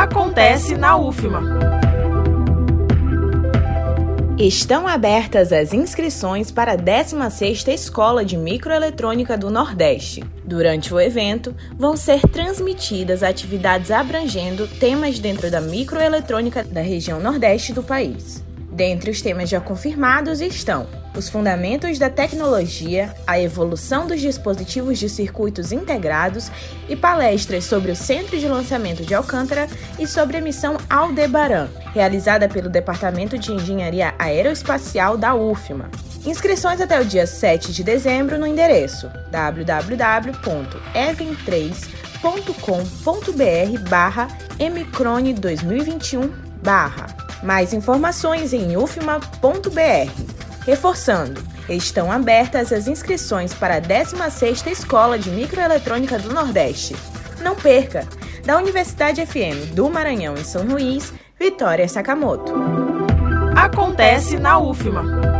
Acontece na UFMA. Estão abertas as inscrições para a 16ª Escola de Microeletrônica do Nordeste. Durante o evento, vão ser transmitidas atividades abrangendo temas dentro da microeletrônica da região Nordeste do país. Dentre os temas já confirmados estão os fundamentos da tecnologia, a evolução dos dispositivos de circuitos integrados e palestras sobre o Centro de Lançamento de Alcântara e sobre a missão Aldebaran, realizada pelo Departamento de Engenharia Aeroespacial da UFMA. Inscrições até o dia 7 de dezembro no endereço www.evem3.com.br/emicrone2021/. Mais informações em ufma.br. Reforçando, estão abertas as inscrições para a 16ª Escola de Microeletrônica do Nordeste. Não perca! Da Universidade FM do Maranhão em São Luís, Vitória Sakamoto. Acontece na UFMA.